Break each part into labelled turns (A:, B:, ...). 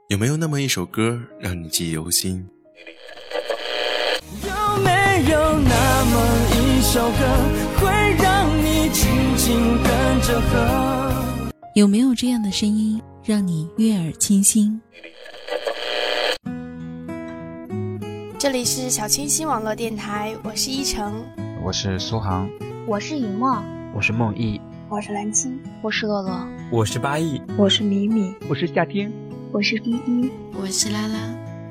A: 有没有那么一首歌让你记忆犹新？
B: 有没有那么一首歌会让你轻轻跟着和？
C: 有没有这样的声音让你悦耳清新？
D: 这里是小清新网络电台，我是依晨，
E: 我是苏杭，
F: 我是雨墨，
G: 我是梦忆，
H: 我是蓝青，
F: 我是乐乐，
I: 我是八亿，
H: 我是米米，
J: 我是夏天，
H: 我是依依，
K: 我是拉拉。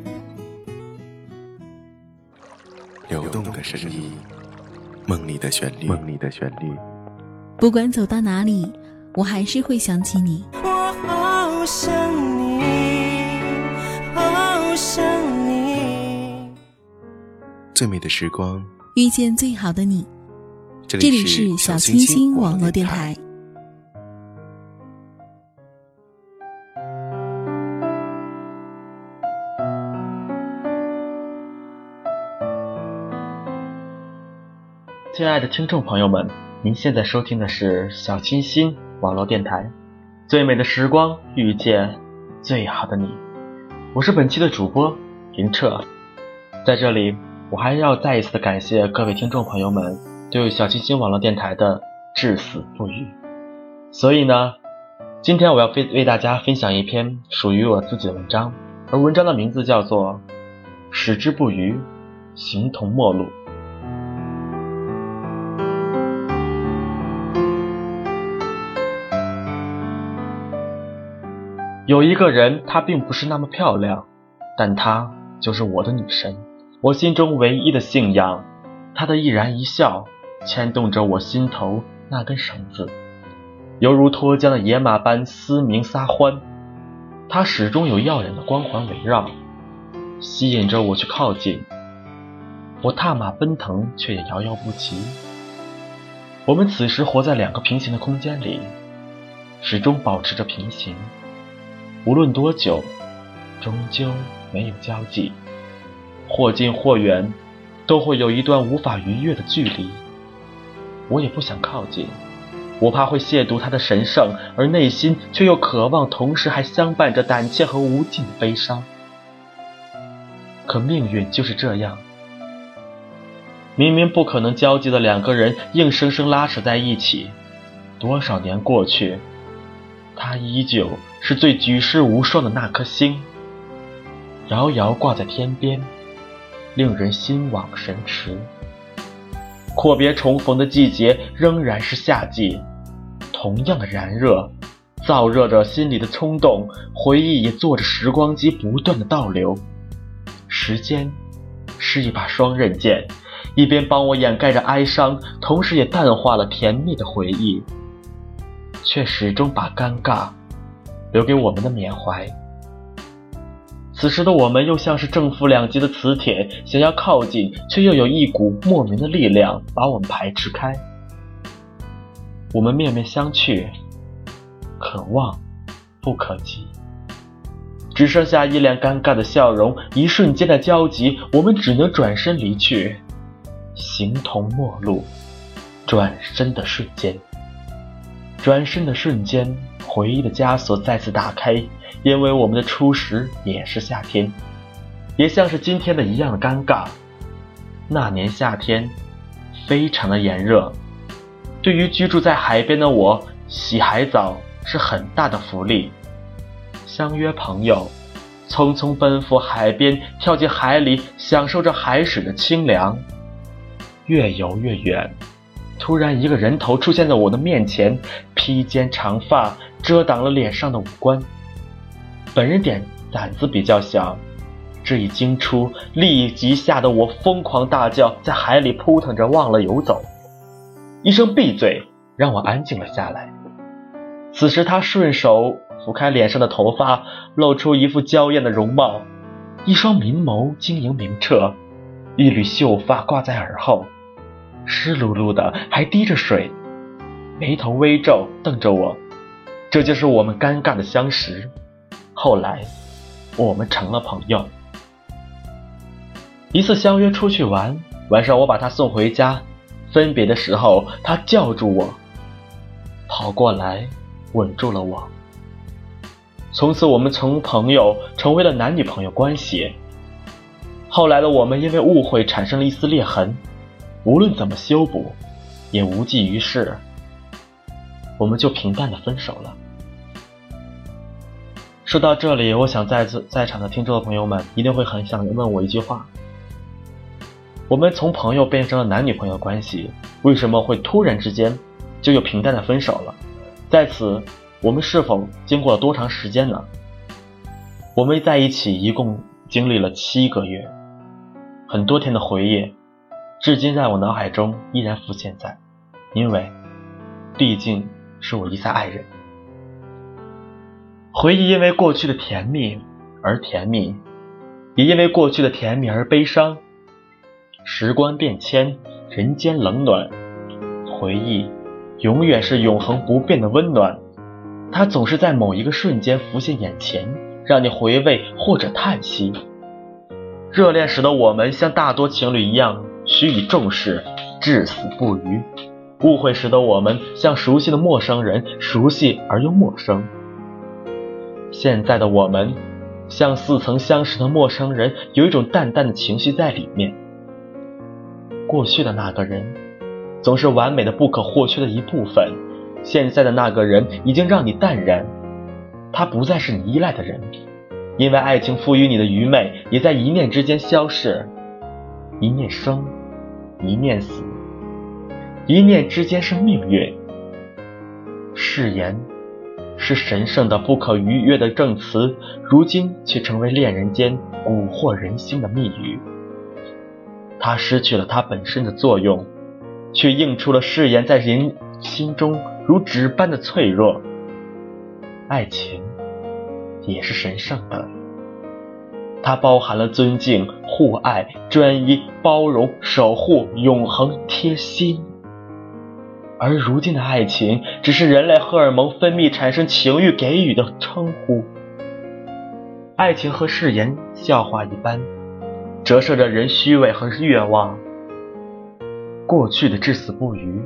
A: 流动的声音，梦里的旋律，梦里的旋律。
C: 不管走到哪里，我还是会想起你。
B: 我好想你，好想你。
A: 最美的时光，
C: 遇见最好的你。这里是小清新网络电台。
G: 亲爱的听众朋友们，您现在收听的是小清新网络电台，最美的时光遇见最好的你。我是本期的主播林彻，在这里我还要再一次的感谢各位听众朋友们对小清新网络电台的至死不渝。所以呢，今天我要为大家分享一篇属于我自己的文章，而文章的名字叫做矢志不渝，形同陌路。有一个人，她并不是那么漂亮，但她就是我的女神，我心中唯一的信仰。她的一颯一笑牵动着我心头那根绳子，犹如脱缰的野马般嘶鸣撒欢。她始终有耀眼的光环围绕，吸引着我去靠近。我踏马奔腾，却也遥遥不及。我们此时活在两个平行的空间里，始终保持着平行，无论多久，终究没有交集，或近或远，都会有一段无法逾越的距离。我也不想靠近，我怕会亵渎他的神圣，而内心却又渴望，同时还相伴着胆怯和无尽的悲伤。可命运就是这样，明明不可能交集的两个人，硬生生拉扯在一起。多少年过去，它依旧是最举世无双的那颗星，遥遥挂在天边，令人心往神驰。阔别重逢的季节仍然是夏季，同样的燃热，燥热着心里的冲动，回忆也坐着时光机不断的倒流。时间是一把双刃剑，一边帮我掩盖着哀伤，同时也淡化了甜蜜的回忆，却始终把尴尬留给我们的缅怀。此时的我们又像是正负两极的磁铁，想要靠近，却又有一股莫名的力量把我们排斥开。我们面面相觑，可望不可及，只剩下一脸尴尬的笑容。一瞬间的交集，我们只能转身离去，形同陌路。转身的瞬间，回忆的枷锁再次打开，因为我们的初识也是夏天，也像是今天的一样的尴尬。那年夏天非常的炎热，对于居住在海边的我，洗海澡是很大的福利。相约朋友，匆匆奔赴海边，跳进海里，享受着海水的清凉。越游越远，突然一个人头出现在我的面前，披肩长发遮挡了脸上的五官。本人胆子比较小，这一惊出立即吓得我疯狂大叫，在海里扑腾着忘了游走。一声闭嘴让我安静了下来。此时他顺手拂开脸上的头发，露出一副娇艳的容貌，一双明眸晶莹明澈，一缕秀发挂在耳后，湿漉漉的还滴着水，眉头微皱瞪着我。这就是我们尴尬的相识。后来我们成了朋友。一次相约出去玩，晚上我把他送回家，分别的时候他叫住我，跑过来吻住了我。 从此我们从朋友成为了男女朋友关系。后来的我们因为误会产生了一丝裂痕，无论怎么修补也无济于事，我们就平淡的分手了。说到这里，我想在场的听众的朋友们一定会很想问我一句话：我们从朋友变成了男女朋友关系，为什么会突然之间就又平淡的分手了？在此我们是否经过了多长时间呢？我们在一起一共经历了7个月，很多天的回忆至今在我脑海中依然浮现在，因为毕竟是我一再爱人。回忆因为过去的甜蜜而甜蜜，也因为过去的甜蜜而悲伤。时光变迁，人间冷暖，回忆永远是永恒不变的温暖，它总是在某一个瞬间浮现眼前，让你回味或者叹息。热恋时的我们像大多情侣一样许以重视，至死不渝。误会时的我们像熟悉的陌生人，熟悉而又陌生。现在的我们像似曾相识的陌生人，有一种淡淡的情绪在里面。过去的那个人总是完美的不可或缺的一部分，现在的那个人已经让你淡然，他不再是你依赖的人，因为爱情赋予你的愚昧也在一念之间消逝。一念生，一念死，一念之间是命运。誓言是神圣的不可逾越的证词，如今却成为恋人间蛊惑人心的密语。它失去了它本身的作用，却映出了誓言在人心中如纸般的脆弱。爱情也是神圣的，它包含了尊敬、互爱、专一、包容、守护、永恒、贴心。而如今的爱情只是人类荷尔蒙分泌产生情欲给予的称呼。爱情和誓言笑话一般，折射着人虚伪和愿望，过去的至死不渝，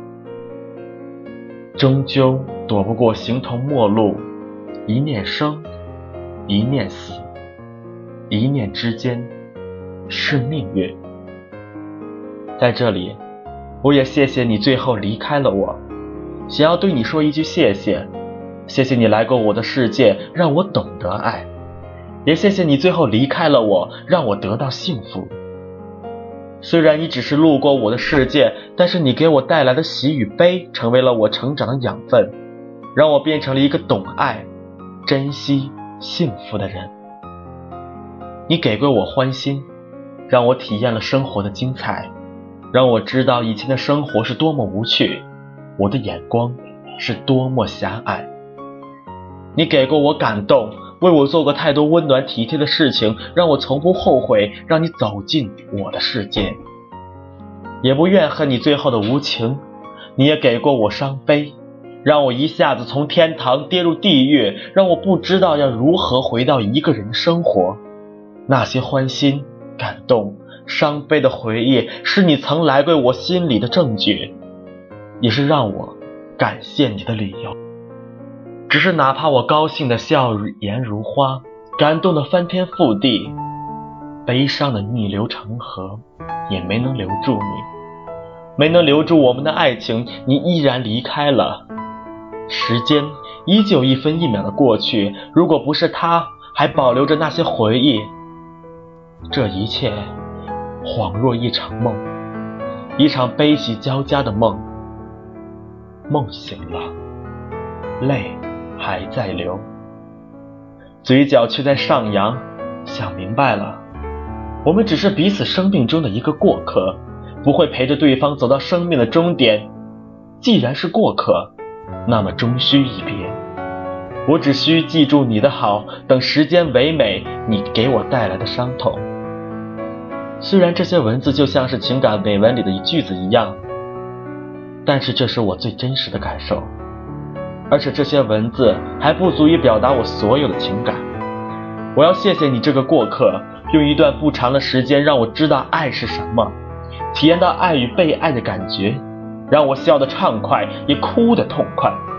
G: 终究躲不过形同陌路。一念生，一念死，一念之间是命运。在这里我也谢谢你最后离开了我，想要对你说一句谢谢。谢谢你来过我的世界，让我懂得爱，也谢谢你最后离开了我，让我得到幸福。虽然你只是路过我的世界，但是你给我带来的喜与悲成为了我成长的养分，让我变成了一个懂爱、珍惜幸福的人。你给过我欢心，让我体验了生活的精彩，让我知道以前的生活是多么无趣，我的眼光是多么狭隘。你给过我感动，为我做过太多温暖体贴的事情，让我从不后悔让你走进我的世界，也不怨恨你最后的无情。你也给过我伤悲，让我一下子从天堂跌入地狱，让我不知道要如何回到一个人的生活。那些欢欣、感动、伤悲的回忆，是你曾来过我心里的证据，也是让我感谢你的理由。只是哪怕我高兴的笑颜如花，感动的翻天覆地，悲伤的逆流成河，也没能留住你，没能留住我们的爱情，你依然离开了。时间依旧一分一秒的过去，如果不是他还保留着那些回忆，这一切恍若一场梦，一场悲喜交加的梦。梦醒了，泪还在流，嘴角却在上扬。想明白了，我们只是彼此生命中的一个过客，不会陪着对方走到生命的终点。既然是过客，那么终须一别。我只需记住你的好，等时间唯美你给我带来的伤痛。虽然这些文字就像是情感美文里的一句子一样，但是这是我最真实的感受，而且这些文字还不足以表达我所有的情感。我要谢谢你这个过客，用一段不长的时间让我知道爱是什么，体验到爱与被爱的感觉，让我笑得畅快，也哭得痛快。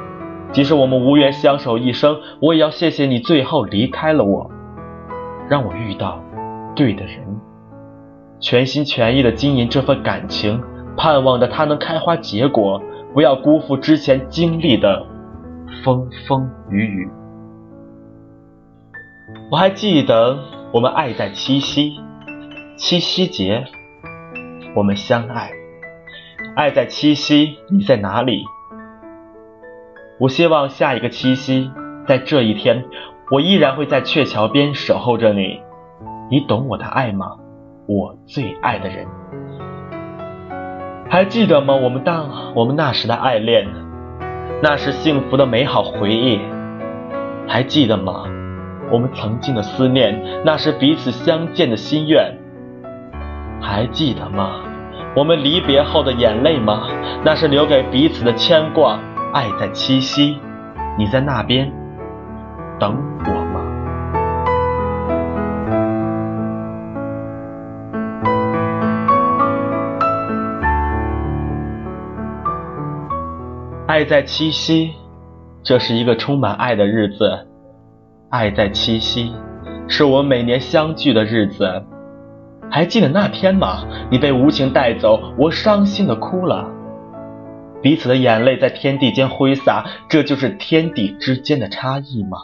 G: 即使我们无缘相守一生，我也要谢谢你最后离开了我，让我遇到对的人，全心全意地经营这份感情，盼望着它能开花结果，不要辜负之前经历的风风雨雨。我还记得我们爱在七夕，七夕节我们相爱，爱在七夕，你在哪里？我希望下一个七夕，在这一天，我依然会在鹊桥边守候着你。你懂我的爱吗？我最爱的人。还记得吗？我们那时的爱恋，那是幸福的美好回忆。还记得吗？我们曾经的思念，那是彼此相见的心愿。还记得吗？我们离别后的眼泪吗？那是留给彼此的牵挂。爱在七夕，你在那边等我吗？爱在七夕，这是一个充满爱的日子。爱在七夕，是我们每年相聚的日子。还记得那天吗？你被无情带走，我伤心地哭了。彼此的眼泪在天地间挥洒，这就是天地之间的差异吗？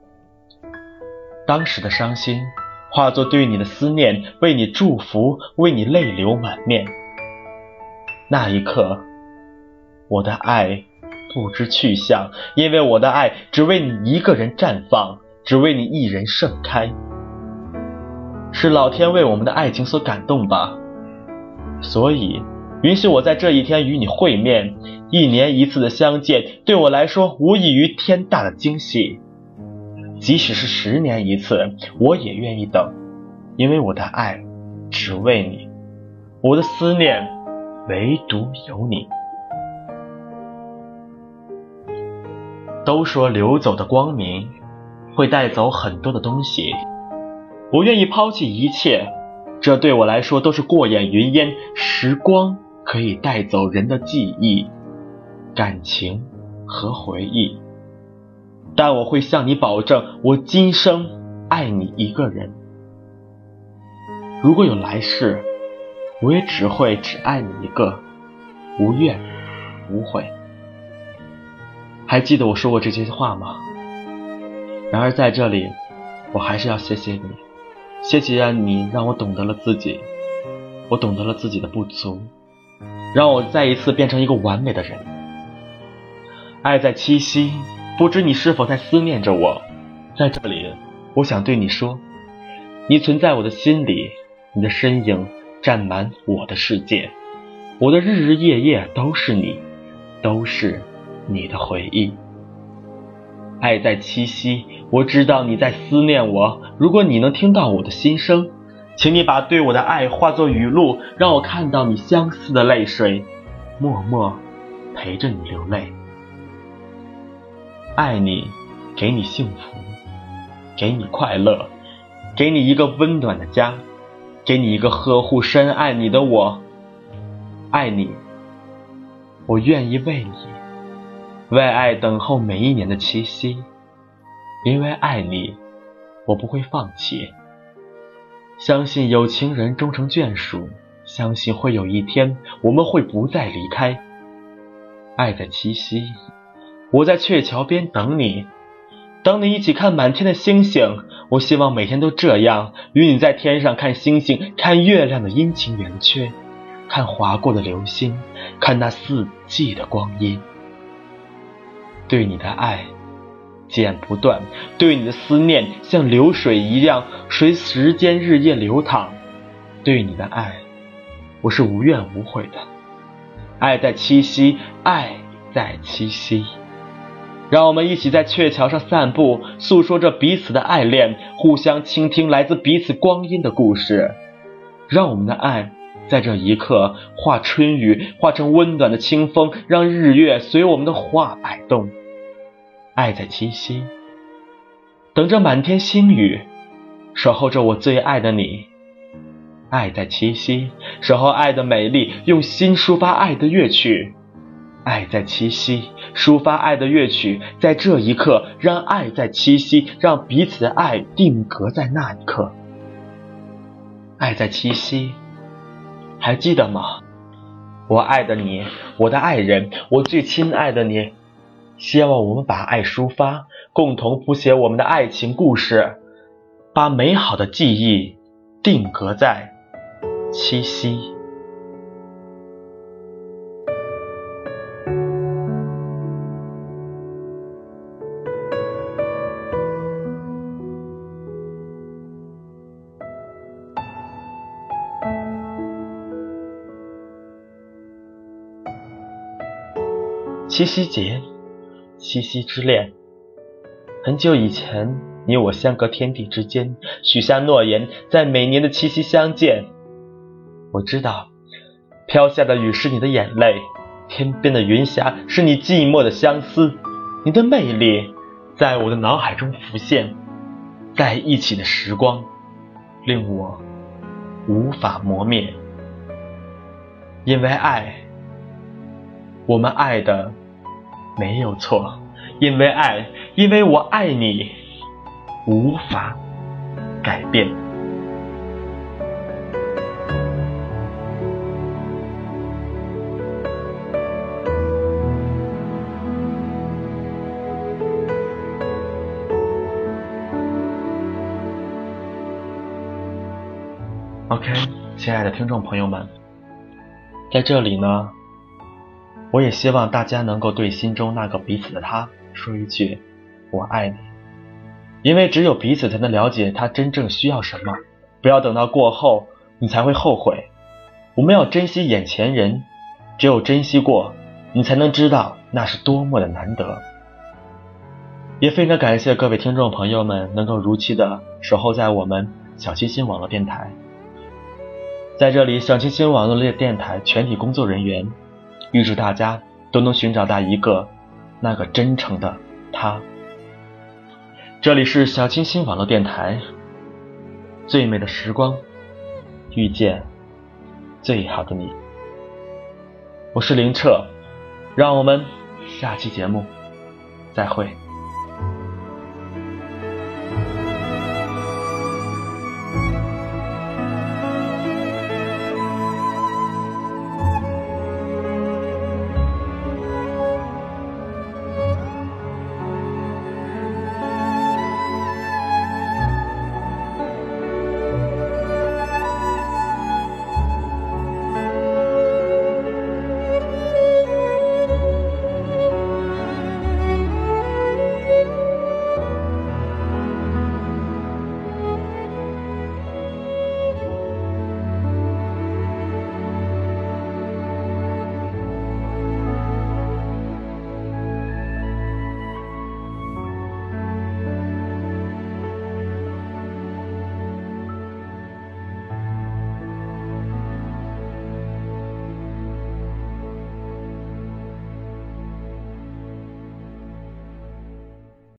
G: 当时的伤心化作对你的思念，为你祝福，为你泪流满面。那一刻，我的爱不知去向，因为我的爱只为你一个人绽放，只为你一人盛开。是老天为我们的爱情所感动吧，所以允许我在这一天与你会面。一年一次的相见，对我来说无异于天大的惊喜。即使是10年一次，我也愿意等，因为我的爱只为你，我的思念唯独有你。都说流走的光明会带走很多的东西，我愿意抛弃一切，这对我来说都是过眼云烟。时光可以带走人的记忆、感情和回忆，但我会向你保证，我今生爱你一个人。如果有来世，我也只爱你一个，无怨无悔。还记得我说过这些话吗？然而在这里，我还是要谢谢你，谢谢你让我懂得了自己，我懂得了自己的不足，让我再一次变成一个完美的人。爱在七夕，不知你是否在思念着我。在这里，我想对你说，你存在我的心里，你的身影占满我的世界，我的日日夜夜都是你，都是你的回忆。爱在七夕，我知道你在思念我。如果你能听到我的心声，请你把对我的爱化作语录，让我看到你相似的泪水，默默陪着你流泪。爱你，给你幸福，给你快乐，给你一个温暖的家，给你一个呵护深爱你的我。爱你，我愿意为你，为爱等候每一年的七夕。因为爱你，我不会放弃。相信有情人终成眷属，相信会有一天我们会不再离开。爱在七夕，我在鹊桥边等你，等你一起看满天的星星。我希望每天都这样，与你在天上看星星，看月亮的阴晴圆缺，看划过的流星，看那四季的光阴。对你的爱剪不断，对你的思念像流水一样随时间日夜流淌。对你的爱，我是无怨无悔的。爱在七夕，爱在七夕。让我们一起在鹊桥上散步，诉说着彼此的爱恋，互相倾听来自彼此光阴的故事。让我们的爱在这一刻化春雨，化成温暖的清风，让日月随我们的话摆动。爱在七夕，等着满天星雨，守候着我最爱的你。爱在七夕，守候爱的美丽，用心抒发爱的乐曲。 爱在七夕，抒发爱的乐曲，在这一刻，让爱在七夕，让彼此的爱定格在那一刻。爱在七夕，还记得吗？我爱的你，我的爱人，我最亲爱的你，希望我们把爱抒发，共同谱写我们的爱情故事，把美好的记忆定格在七夕。七夕节，七夕之恋。很久以前，你我相隔天地之间，许下诺言，在每年的七夕相见。我知道，飘下的雨是你的眼泪，天边的云霞是你寂寞的相思。你的魅力在我的脑海中浮现，在一起的时光令我无法磨灭。因为爱，我们爱的没有错，因为爱，因为我爱你，无法改变。OK， 亲爱的听众朋友们，在这里呢，我也希望大家能够对心中那个彼此的他说一句我爱你，因为只有彼此才能了解他真正需要什么，不要等到过后你才会后悔。我们要珍惜眼前人，只有珍惜过，你才能知道那是多么的难得。也非常感谢各位听众朋友们能够如期的守候在我们小清新网络电台。在这里，小清新网络电台全体工作人员预祝大家都能寻找到一个那个真诚的他。这里是小清新网络电台，最美的时光遇见最好的你。我是林澈，让我们下期节目再会。